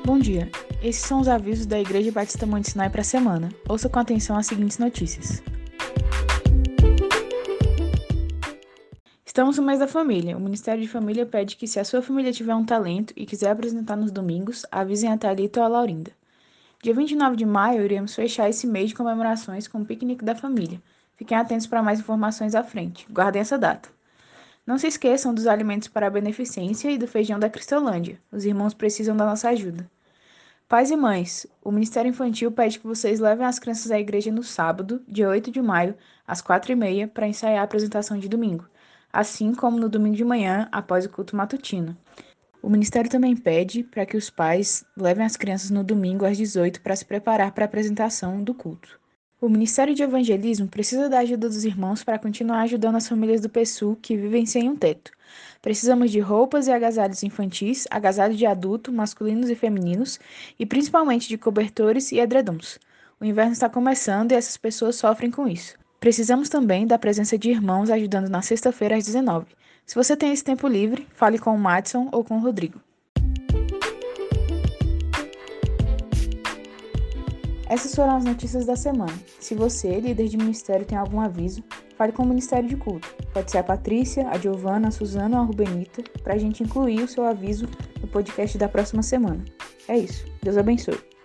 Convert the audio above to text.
Bom dia, esses são os avisos da Igreja Batista Monte Sinai para a semana. Ouça com atenção as seguintes notícias. Estamos no mês da família. O Ministério de Família pede que, se a sua família tiver um talento e quiser apresentar nos domingos, avisem a Thalita ou a Laurinda. Dia 29 de maio, iremos fechar esse mês de comemorações com o piquenique da família. Fiquem atentos para mais informações à frente. Guardem essa data. Não se esqueçam dos alimentos para a beneficência e do feijão da Cristolândia. Os irmãos precisam da nossa ajuda. Pais e mães, o Ministério Infantil pede que vocês levem as crianças à igreja no sábado, dia 8 de maio, às 4h30, para ensaiar a apresentação de domingo, assim como no domingo de manhã, após o culto matutino. O Ministério também pede para que os pais levem as crianças no domingo às 18h para se preparar para a apresentação do culto. O Ministério de Evangelismo precisa da ajuda dos irmãos para continuar ajudando as famílias do PSU que vivem sem um teto. Precisamos de roupas e agasalhos infantis, agasalhos de adulto, masculinos e femininos, e principalmente de cobertores e edredons. O inverno está começando e essas pessoas sofrem com isso. Precisamos também da presença de irmãos ajudando na sexta-feira às 19h. Se você tem esse tempo livre, fale com o Madison ou com o Rodrigo. Essas foram as notícias da semana. Se você, líder de ministério, tem algum aviso, fale com o Ministério de Culto. Pode ser a Patrícia, a Giovana, a Suzana ou a Rubenita, para a gente incluir o seu aviso no podcast da próxima semana. É isso. Deus abençoe.